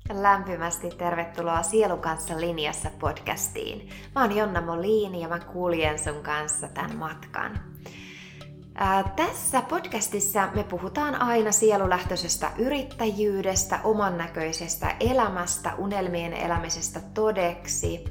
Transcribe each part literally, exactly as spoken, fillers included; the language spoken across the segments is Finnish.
Lämpimästi tervetuloa Sielun kanssa linjassa podcastiin. Mä oon Jonna Molin ja mä kuljen sun kanssa tämän matkan. Ää, tässä podcastissa me puhutaan aina sielulähtöisestä yrittäjyydestä, oman näköisestä elämästä, unelmien elämisestä todeksi,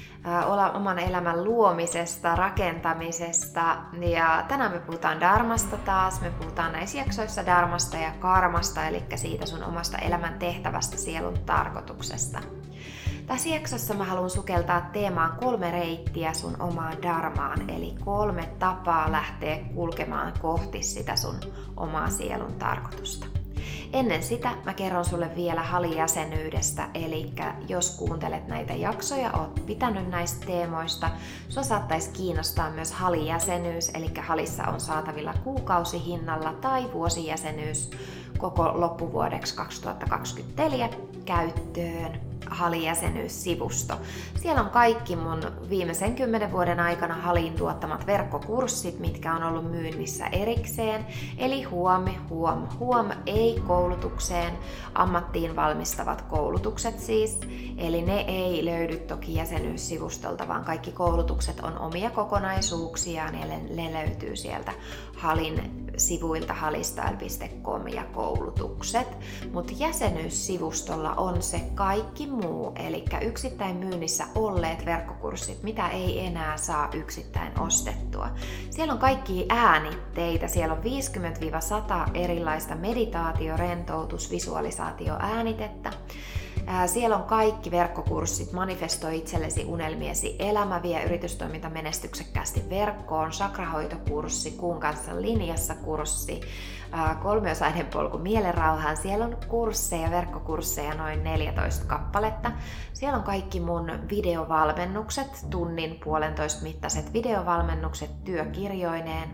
ää, oman elämän luomisesta, rakentamisesta. Ja tänään me puhutaan dharmasta taas. Me puhutaan näissä jaksoissa dharmasta ja karmasta, eli siitä sun omasta elämän tehtävästä, sielun tarkoituksesta. Tässä jaksossa mä haluan sukeltaa teemaan kolme reittiä sun omaan dharmaan, eli kolme tapaa lähteä kulkemaan kohti sitä sun omaa sielun tarkoitusta. Ennen sitä mä kerron sulle vielä Hali-jäsenyydestä, eli jos kuuntelet näitä jaksoja, oot pitänyt näistä teemoista, sua saattaisi kiinnostaa myös Hali-jäsenyys, eli Halissa on saatavilla kuukausihinnalla tai vuosijäsenyys koko loppuvuodeksi kaksituhattakaksikymmentäneljä käyttöön. Hali-jäsenyyssivusto. Siellä on kaikki mun viimeisen kymmenen vuoden aikana Haliin tuottamat verkkokurssit, mitkä on ollut myynnissä erikseen. Eli huom, huom, huom, ei koulutukseen, ammattiin valmistavat koulutukset siis. Eli ne ei löydy toki jäsenyyssivustolta, vaan kaikki koulutukset on omia kokonaisuuksiaan ja ne löytyy sieltä Halin sivuilta halistyle piste com ja koulutukset. Mutta jäsenyyssivustolla on se kaikki muu, eli yksittäin myynnissä olleet verkkokurssit, mitä ei enää saa yksittäin ostettua. Siellä on kaikki äänitteitä, siellä on viisikymmentä sata erilaista meditaatio, rentoutus, visualisaatio, äänitettä. Siellä on kaikki verkkokurssit, manifestoi itsellesi unelmiesi elämä, vie yritystoiminta menestyksekkäästi verkkoon, sakrahoitokurssi, kuun kanssa linjassa kurssi, kolmiosainen polku mielenrauhaan. Siellä on kursseja, verkkokursseja noin neljätoista kappaletta. Siellä on kaikki mun videovalmennukset, tunnin puolentoista mittaiset videovalmennukset työkirjoineen.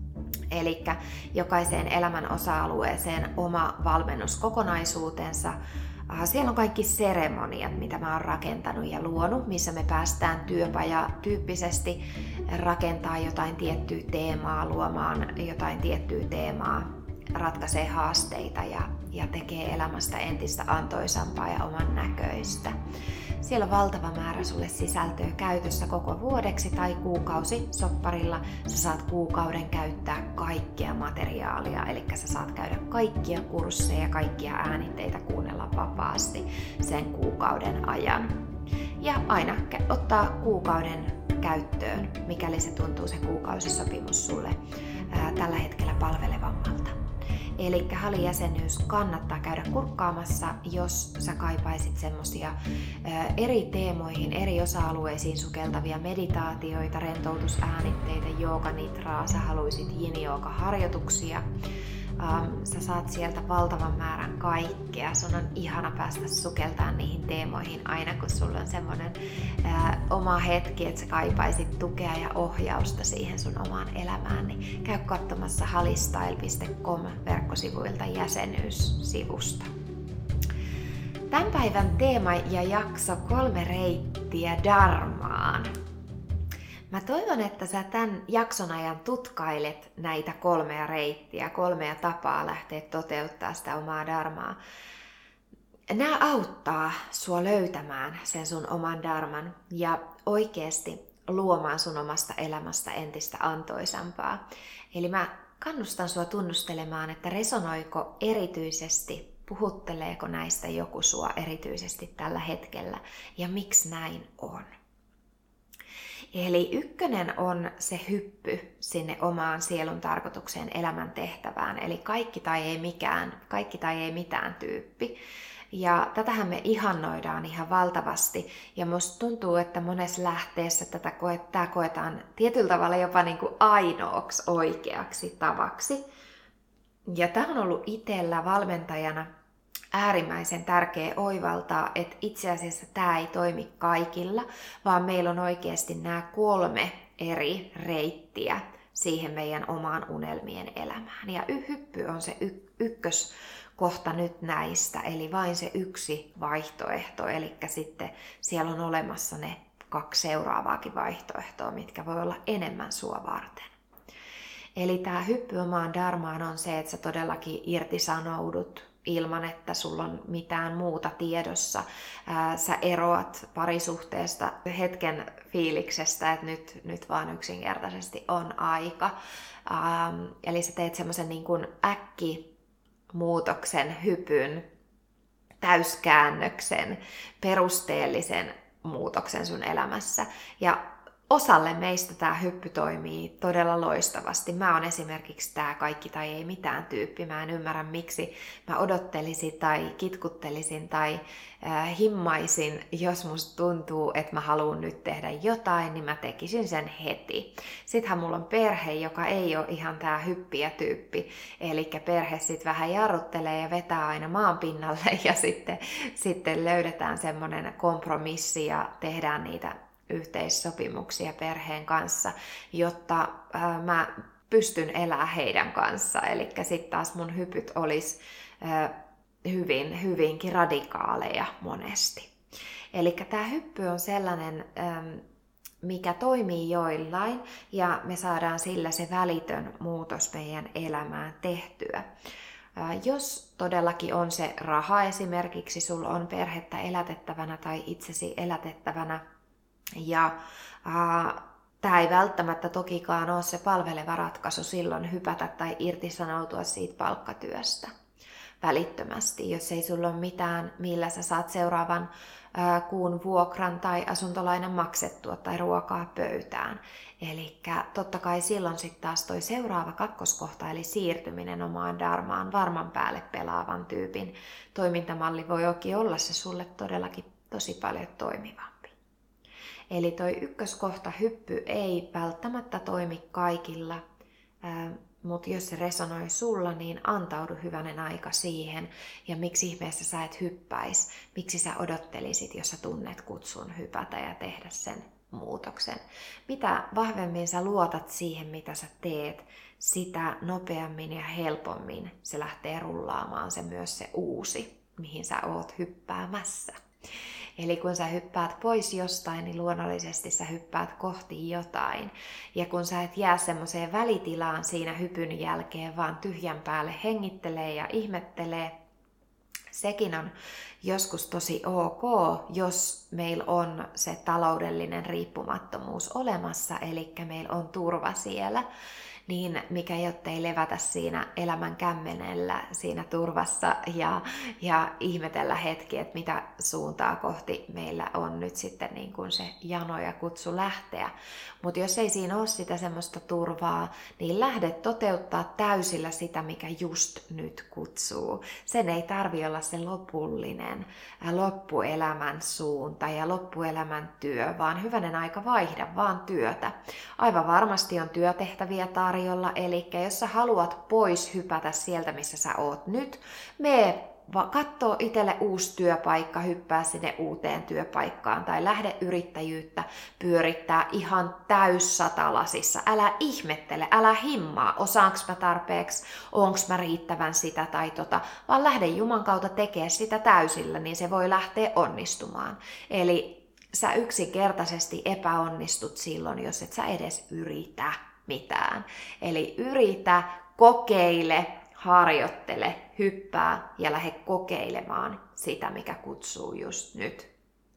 Eli jokaiseen elämän osa-alueeseen oma valmennuskokonaisuutensa. Siellä on kaikki seremoniat, mitä mä oon rakentanut ja luonut, missä me päästään työpaja-tyyppisesti rakentaa jotain tiettyä teemaa, luomaan jotain tiettyä teemaa, ratkaisee haasteita ja, ja tekee elämästä entistä antoisampaa ja oman näköistä. Siellä on valtava määrä sulle sisältöä käytössä koko vuodeksi tai kuukausi sopparilla. Sä saat kuukauden käyttää kaikkea materiaalia, eli sä saat käydä kaikkia kursseja, kaikkia äänitteitä kuunnella vapaasti sen kuukauden ajan. Ja aina ottaa kuukauden käyttöön, mikäli se tuntuu se kuukausisopimus sulle ää, tällä hetkellä palvelevammalta. Eli Hali-jäsenyys kannattaa käydä kurkkaamassa, jos sä kaipaisit semmosia eri teemoihin, eri osa-alueisiin sukeltavia meditaatioita, rentoutusäänitteitä, jooganitraa, sä haluisit yin-jooga-harjoituksia. Um, sä saat sieltä valtavan määrän kaikkea. Sun on ihana päästä sukeltaan niihin teemoihin aina, kun sulla on semmonen ää, oma hetki, että sä kaipaisit tukea ja ohjausta siihen sun omaan elämään, niin käy katsomassa halistyle piste com verkkosivuilta jäsenyyssivusta. Tämän päivän teema ja jakso kolme reittiä dharmaan. Mä toivon, että sä tämän jakson ajan tutkailet näitä kolmea reittiä, kolmea tapaa lähteä toteuttaa sitä omaa dharmaa. Nämä auttaa sua löytämään sen sun oman dharman ja oikeasti luomaan sun omasta elämästä entistä antoisampaa. Eli mä kannustan sua tunnustelemaan, että resonoiko erityisesti, puhutteleeko näistä joku sua erityisesti tällä hetkellä ja miksi näin on. Eli ykkönen on se hyppy sinne omaan sielun tarkoitukseen, elämän tehtävään, eli kaikki tai ei mikään, kaikki tai ei mitään tyyppi. Ja tätähän me ihannoidaan ihan valtavasti, ja musta tuntuu, että monessa lähteessä tätä koet, tämä koetaan tietyllä tavalla jopa niin kuin ainoaksi oikeaksi tavaksi. Ja tämä on ollut itsellä valmentajana äärimmäisen tärkeä oivaltaa, että itse asiassa tämä ei toimi kaikilla, vaan meillä on oikeasti nämä kolme eri reittiä siihen meidän omaan unelmien elämään. Ja hyppy on se y- ykköskohta nyt näistä, eli vain se yksi vaihtoehto, eli sitten siellä on olemassa ne kaksi seuraavaakin vaihtoehtoa, mitkä voi olla enemmän sua varten. Eli tämä hyppy omaan dharmaan on se, että sä todellakin irtisanoudut ilman, että sulla on mitään muuta tiedossa. Ää, sä eroat parisuhteesta hetken fiiliksestä, että nyt, nyt vaan yksinkertaisesti on aika. Ää, eli sä teet semmoisen niin kuin äkkimuutoksen, hypyn, täyskäännöksen, perusteellisen muutoksen sun elämässä. Ja osalle meistä tämä hyppy toimii todella loistavasti. Mä oon esimerkiksi tää kaikki tai ei mitään tyyppi. Mä en ymmärrä, miksi mä odottelisin tai kitkuttelisin tai äh, himmaisin, jos musta tuntuu, että mä haluan nyt tehdä jotain, niin mä tekisin sen heti. Sittenhän mulla on perhe, joka ei ole ihan tää hyppiä tyyppi. Eli perhe sit vähän jarruttelee ja vetää aina maan pinnalle ja sitten, sitten löydetään semmonen kompromissi ja tehdään niitä yhteissopimuksia perheen kanssa, jotta ää, mä pystyn elämään heidän kanssa. Eli sitten taas mun hypyt olisi ää, hyvin, hyvinkin radikaaleja monesti. Eli tämä hyppy on sellainen, ää, mikä toimii joillain, ja me saadaan sillä se välitön muutos meidän elämään tehtyä. Ää, jos todellakin on se raha, esimerkiksi sulla on perhettä elätettävänä tai itsesi elätettävänä, ja äh, tämä ei välttämättä tokikaan ole se palveleva ratkaisu silloin hypätä tai irtisanoutua siitä palkkatyöstä välittömästi, jos ei sulla ole mitään, millä sä saat seuraavan äh, kuun vuokran tai asuntolainan maksettua tai ruokaa pöytään. Eli totta kai silloin sitten taas toi seuraava kakkoskohta, eli siirtyminen omaan dharmaan, varman päälle pelaavan tyypin toimintamalli voi oikein olla se sulle todellakin tosi paljon toimivampi. Eli toi ykköskohta hyppy ei välttämättä toimi kaikilla, mutta jos se resonoi sulla, niin antaudu hyvänen aika siihen. Ja miksi ihmeessä sä et hyppäis? Miksi sä odottelisit, jos sä tunnet kutsun hypätä ja tehdä sen muutoksen? Mitä vahvemmin sä luotat siihen, mitä sä teet, sitä nopeammin ja helpommin se lähtee rullaamaan se myös se uusi, mihin sä oot hyppäämässä. Eli kun sä hyppäät pois jostain, niin luonnollisesti sä hyppäät kohti jotain. Ja kun sä et jää semmoiseen välitilaan siinä hypyn jälkeen, vaan tyhjän päälle hengittelee ja ihmettelee, sekin on joskus tosi ok, jos meillä on se taloudellinen riippumattomuus olemassa, eli meillä on turva siellä. Niin mikä jottei levätä siinä elämän kämmenellä, siinä turvassa ja, ja ihmetellä hetki, että mitä suuntaa kohti meillä on nyt sitten niin kuin se jano ja kutsu lähteä. Mutta jos ei siinä ole sitä semmoista turvaa, niin lähde toteuttaa täysillä sitä, mikä just nyt kutsuu. Sen ei tarvitse olla se lopullinen loppuelämän suunta ja loppuelämän työ, vaan hyvänen aika vaihda vaan työtä. Aivan varmasti on työtehtäviä tarjolla. Eli jos sä haluat pois hypätä sieltä, missä sä oot nyt, mee katsoo itselle uusi työpaikka, hyppää sinne uuteen työpaikkaan tai lähde yrittäjyyttä pyörittää ihan täyssatalasissa. Älä ihmettele, älä himmaa, osaanko mä tarpeeksi, onko mä riittävän sitä tai tota, vaan lähde Juman kautta tekemään sitä täysillä, niin se voi lähteä onnistumaan. Eli sä yksinkertaisesti epäonnistut silloin, jos et sä edes yritä mitään. Eli yritä, kokeile, harjoittele, hyppää ja lähde kokeilemaan sitä, mikä kutsuu just nyt.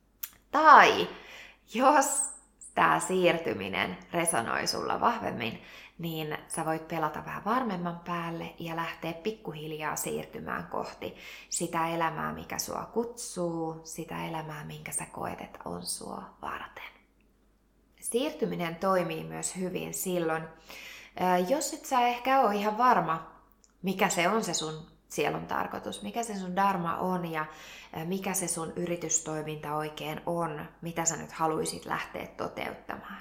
Tai jos tämä siirtyminen resonoi sulla vahvemmin, niin sä voit pelata vähän varmemman päälle ja lähteä pikkuhiljaa siirtymään kohti sitä elämää, mikä sua kutsuu, sitä elämää, minkä sä koet, että on sua varten. Siirtyminen toimii myös hyvin silloin, jos et sä ehkä ole ihan varma, mikä se on se sun sielun tarkoitus, mikä se sun dharma on ja mikä se sun yritystoiminta oikein on, mitä sä nyt haluisit lähteä toteuttamaan.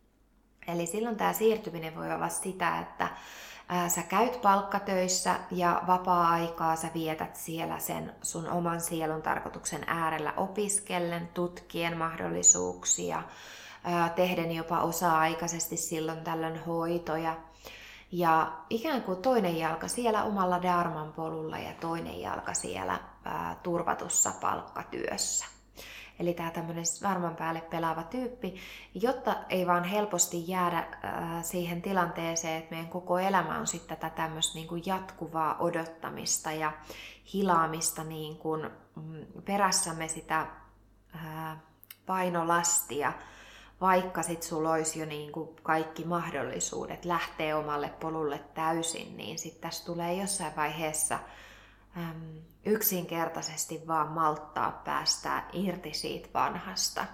Eli silloin tämä siirtyminen voi olla sitä, että sä käyt palkkatöissä ja vapaa-aikaa sä vietät siellä sen sun oman sielun tarkoituksen äärellä opiskellen, tutkien mahdollisuuksia, tehden jopa osa-aikaisesti silloin tällöin hoitoja. Ja ikään kuin toinen jalka siellä omalla dharman polulla ja toinen jalka siellä ää, turvatussa palkkatyössä. eli tämä tämmöinen varman päälle pelaava tyyppi, jotta ei vaan helposti jäädä äh, siihen tilanteeseen, että meidän koko elämä on sitten tätä tämmöistä niin kuin jatkuvaa odottamista ja hilaamista niin kuin mm, perässämme sitä äh, painolastia, vaikka sit sulla olisi jo niin kuin kaikki mahdollisuudet lähteä omalle polulle täysin, niin sitten tässä tulee jossain vaiheessa äm, yksinkertaisesti vaan malttaa päästää irti siitä vanhasta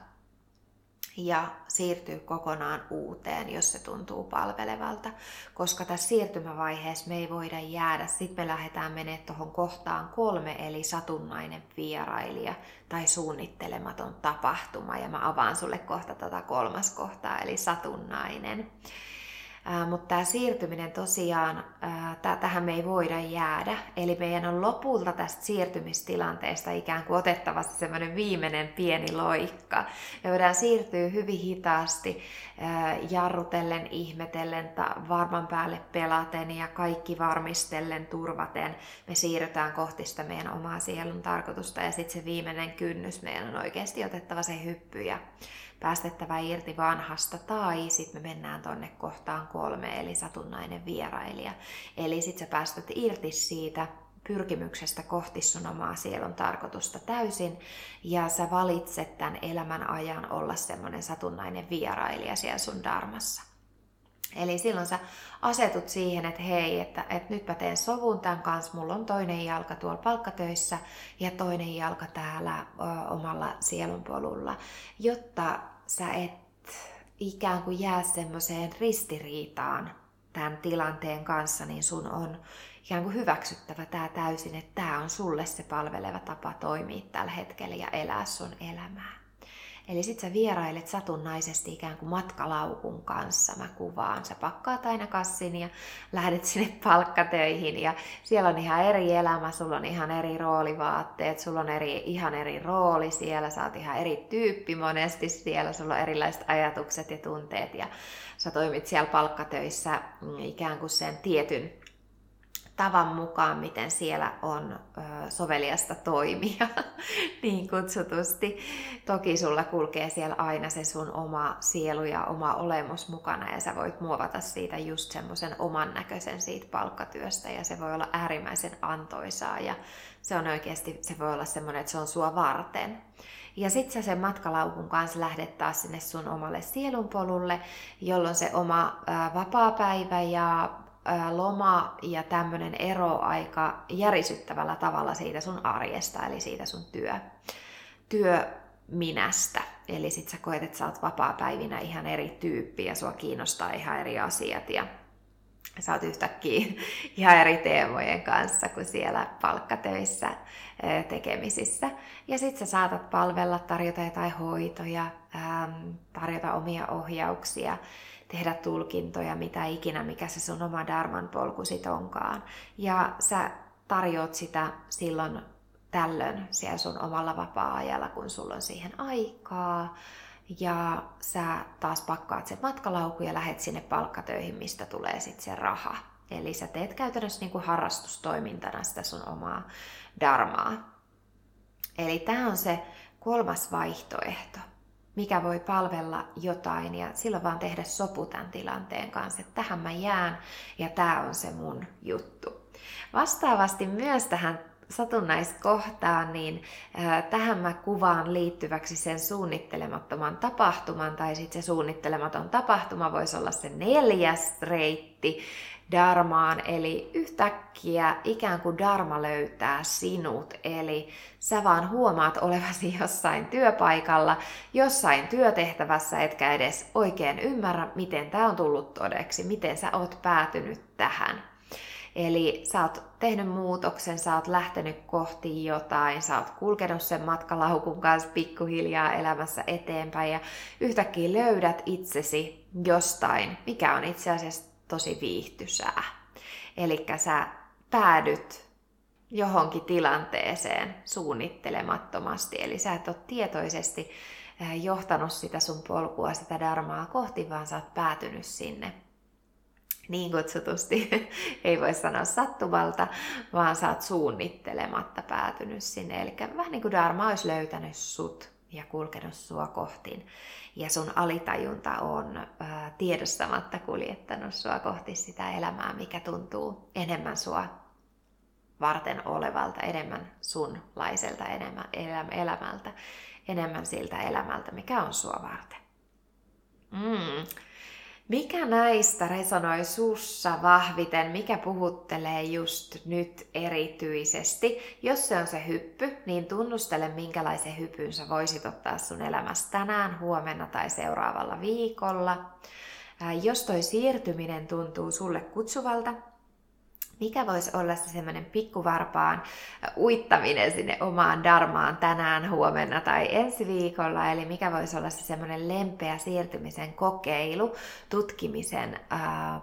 ja siirtyy kokonaan uuteen, jos se tuntuu palvelevalta. Koska tässä siirtymävaiheessa me ei voida jäädä. Sitten me lähdetään menemään tuohon kohtaan kolme, eli satunnainen vierailija tai suunnittelematon tapahtuma. Ja mä avaan sulle kohta tätä kolmas kohtaa, eli satunnainen. Äh, mutta tämä siirtyminen tosiaan, äh, t- tähän me ei voida jäädä. Eli meidän on lopulta tästä siirtymistilanteesta ikään kuin otettava semmoinen viimeinen pieni loikka. Me voidaan siirtyä hyvin hitaasti, äh, jarrutellen, ihmetellen, ta- varman päälle pelaten ja kaikki varmistellen, turvaten. Me siirrytään kohti sitä meidän omaa sielun tarkoitusta ja sitten se viimeinen kynnys meidän on oikeasti otettava se hyppy ja päästettävä irti vanhasta, tai sitten me mennään tonne kohtaan kolme, eli satunnainen vierailija. Eli sitten sä päästät irti siitä pyrkimyksestä kohti sun omaa sielun tarkoitusta täysin, ja sä valitset tämän elämän ajan olla semmoinen satunnainen vierailija siellä sun dharmassa. Eli silloin sä asetut siihen, että hei, että, että nyt mä teen sovun tämän kanssa, mulla on toinen jalka tuolla palkkatöissä ja toinen jalka täällä ö, omalla sielunpolulla, jotta sä et ikään kuin jää semmoiseen ristiriitaan tämän tilanteen kanssa, niin sun on ikään kuin hyväksyttävä tää täysin, että tää on sulle se palveleva tapa toimia tällä hetkellä ja elää sun elämää. Eli sit sä vierailet satunnaisesti ikään kuin matkalaukun kanssa, mä kuvaan. Sä pakkaat aina kassin ja lähdet sinne palkkatöihin ja siellä on ihan eri elämä, sulla on ihan eri roolivaatteet, sulla on eri, ihan eri rooli siellä, sä oot ihan eri tyyppi monesti siellä, sulla on erilaiset ajatukset ja tunteet ja sä toimit siellä palkkatöissä ikään kuin sen tietyn tavan mukaan, miten siellä on ö, soveliasta toimia, niin kutsutusti. Toki sulla kulkee siellä aina se sun oma sielu ja oma olemus mukana, ja sä voit muovata siitä just semmoisen oman näköisen siitä palkkatyöstä, ja se voi olla äärimmäisen antoisaa, ja se on oikeasti, se voi olla semmoinen, että se on sua varten. Ja sit sä sen matkalaukun kanssa lähdet taas sinne sun omalle sielunpolulle, jolloin se oma ö, vapaapäivä ja loma ja tämmöinen eroaika järisyttävällä tavalla siitä sun arjesta, eli siitä sun työ, työminästä. Eli sit sä koet, että sä oot vapaapäivinä ihan eri tyyppi ja sua kiinnostaa ihan eri asiat ja sä oot yhtäkkiä ihan eri teemojen kanssa kuin siellä palkkatöissä tekemisissä. Ja sit sä saatat palvella, tarjota jotain hoitoja, tarjota omia ohjauksia, tehdä tulkintoja, mitä ikinä, mikä se sun oma dharman polku sit onkaan. Ja sä tarjoat sitä silloin tällöin siellä sun omalla vapaa-ajalla, kun sulla on siihen aikaa. Ja sä taas pakkaat sen matkalaukun ja lähet sinne palkkatöihin, mistä tulee sitten se raha. Eli sä teet käytännössä niinku harrastustoimintana sitä sun omaa dharmaa. Eli tää on se kolmas vaihtoehto, mikä voi palvella jotain ja silloin vaan tehdä sopu tämän tilanteen kanssa, että tähän mä jään ja tää on se mun juttu. Vastaavasti myös tähän satunnaiskohtaan, niin äh, tähän mä kuvaan liittyväksi sen suunnittelemattoman tapahtuman, tai sitten se suunnittelematon tapahtuma voisi olla se neljäs reitti dharmaan, eli yhtäkkiä ikään kuin dharma löytää sinut, eli sä vaan huomaat olevasi jossain työpaikalla, jossain työtehtävässä, etkä edes oikein ymmärrä, miten tää on tullut todeksi, miten sä oot päätynyt tähän. Eli sä oot tehnyt muutoksen, sä oot lähtenyt kohti jotain, sä oot kulkenut sen matkalaukun kanssa pikkuhiljaa elämässä eteenpäin ja yhtäkkiä löydät itsesi jostain, mikä on itse asiassa tosi viihtysää. Eli sä päädyt johonkin tilanteeseen suunnittelemattomasti, eli sä et ole tietoisesti johtanut sitä sun polkua, sitä dharmaa kohti, vaan sä oot päätynyt sinne. Niin kutsutusti, ei voi sanoa sattumalta, vaan sä oot suunnittelematta päätynyt sinne. Eli vähän niin kuin dharma olisi löytänyt sut ja kulkenut sua kohti. Ja sun alitajunta on ää, tiedostamatta kuljettanut sua kohti sitä elämää, mikä tuntuu enemmän sua varten olevalta, enemmän sunlaiselta enemmän, elämältä, enemmän siltä elämältä, mikä on sua varten. Mm. Mikä näistä resonoi sussa vahviten? Mikä puhuttelee just nyt erityisesti? Jos se on se hyppy, niin tunnustele, minkälaisen hypyn sä voisit ottaa sun elämässä tänään, huomenna tai seuraavalla viikolla. Ää, jos toi siirtyminen tuntuu sulle kutsuvalta, mikä voisi olla se semmoinen pikkuvarpaan uittaminen sinne omaan dharmaan tänään, huomenna tai ensi viikolla? Eli mikä voisi olla se semmoinen lempeä siirtymisen kokeilu, tutkimisen ää,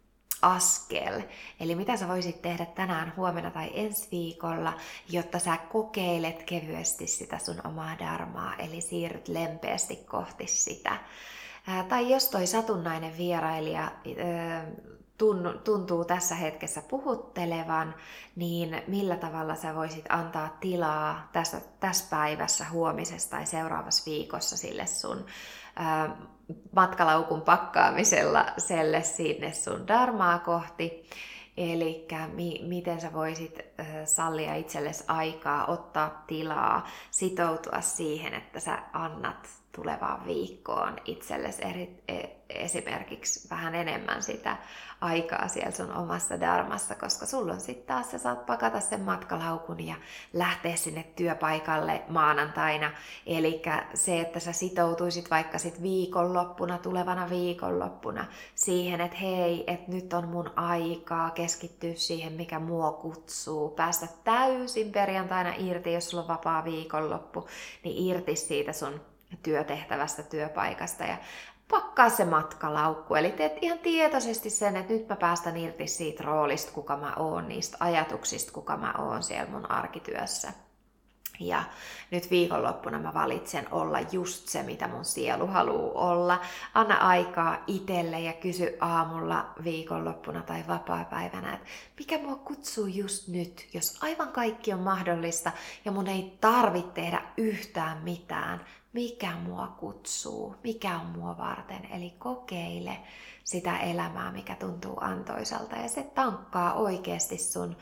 askel? Eli mitä sä voisit tehdä tänään, huomenna tai ensi viikolla, jotta sä kokeilet kevyesti sitä sun omaa dharmaa, eli siirryt lempeästi kohti sitä. Ää, tai jos toi satunnainen vierailija ää, tuntuu tässä hetkessä puhuttelevan, niin millä tavalla sä voisit antaa tilaa tässä, tässä päivässä, huomisessa tai seuraavassa viikossa sille sun ää, matkalaukun pakkaamisella selle sinne sun dharmaa kohti. Eli mi- miten sä voisit äh, sallia itsellesi aikaa, ottaa tilaa, sitoutua siihen, että sä annat tulevaan viikkoon itsellesi eri, e, esimerkiksi vähän enemmän sitä aikaa siellä sun omassa dharmassa, koska sulla on sitten taas, sä saat pakata sen matkalaukun ja lähteä sinne työpaikalle maanantaina. Eli se, että sä sitoutuisit vaikka sit viikonloppuna, tulevana viikonloppuna siihen, että hei, että nyt on mun aikaa keskittyä siihen, mikä mua kutsuu, päästä täysin perjantaina irti, jos sulla on vapaa viikonloppu, niin irti siitä sun työtehtävästä, työpaikasta ja pakkaa se matkalaukku. Eli teet ihan tietoisesti sen, että nyt mä päästän irti siitä roolista, kuka mä oon, niistä ajatuksista, kuka mä oon siellä mun arkityössä. Ja nyt viikonloppuna mä valitsen olla just se, mitä mun sielu haluaa olla. Anna aikaa itselle ja kysy aamulla, viikonloppuna tai vapaapäivänä, että mikä mua kutsuu just nyt, jos aivan kaikki on mahdollista ja mun ei tarvitse tehdä yhtään mitään. Mikä mua kutsuu, mikä on mua varten, eli kokeile sitä elämää, mikä tuntuu antoisalta ja se tankkaa oikeasti sun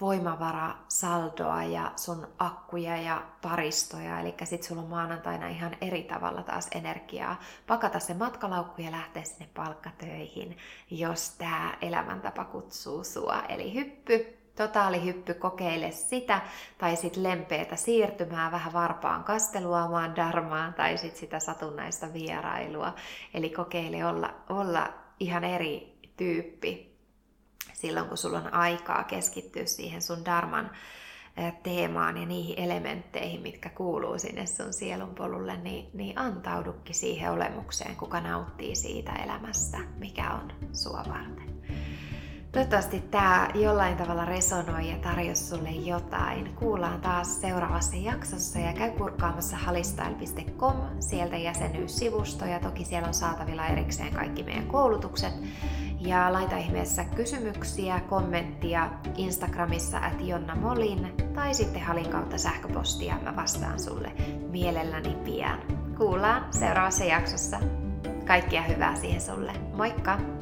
voimavarasaldoa ja sun akkuja ja paristoja, eli sit sulla on maanantaina ihan eri tavalla taas energiaa pakata se matkalaukku ja lähteä sinne palkkatöihin, jos tää elämäntapa kutsuu sua, eli hyppy. Totaalihyppy, kokeile sitä, tai sitten lempeätä siirtymää, vähän varpaan kastelua omaan dharmaan, tai sitten sitä satunnaista vierailua. Eli kokeile olla, olla ihan eri tyyppi silloin, kun sulla on aikaa keskittyä siihen sun dharman teemaan ja niihin elementteihin, mitkä kuuluu sinne sun sielunpolulle, niin, niin antaudukin siihen olemukseen, kuka nauttii siitä elämästä, mikä on sua varten. Toivottavasti tämä jollain tavalla resonoi ja tarjosi sulle jotain. Kuullaan taas seuraavassa jaksossa ja käy kurkkaamassa halistyle piste com, sieltä jäsenyyssivusto ja toki siellä on saatavilla erikseen kaikki meidän koulutukset. Ja laita ihmeessä kysymyksiä, kommenttia Instagramissa at Jonna Molin tai sitten halin kautta sähköpostia, mä vastaan sulle mielelläni pian. Kuullaan seuraavassa jaksossa. Kaikkia hyvää siihen sulle. Moikka!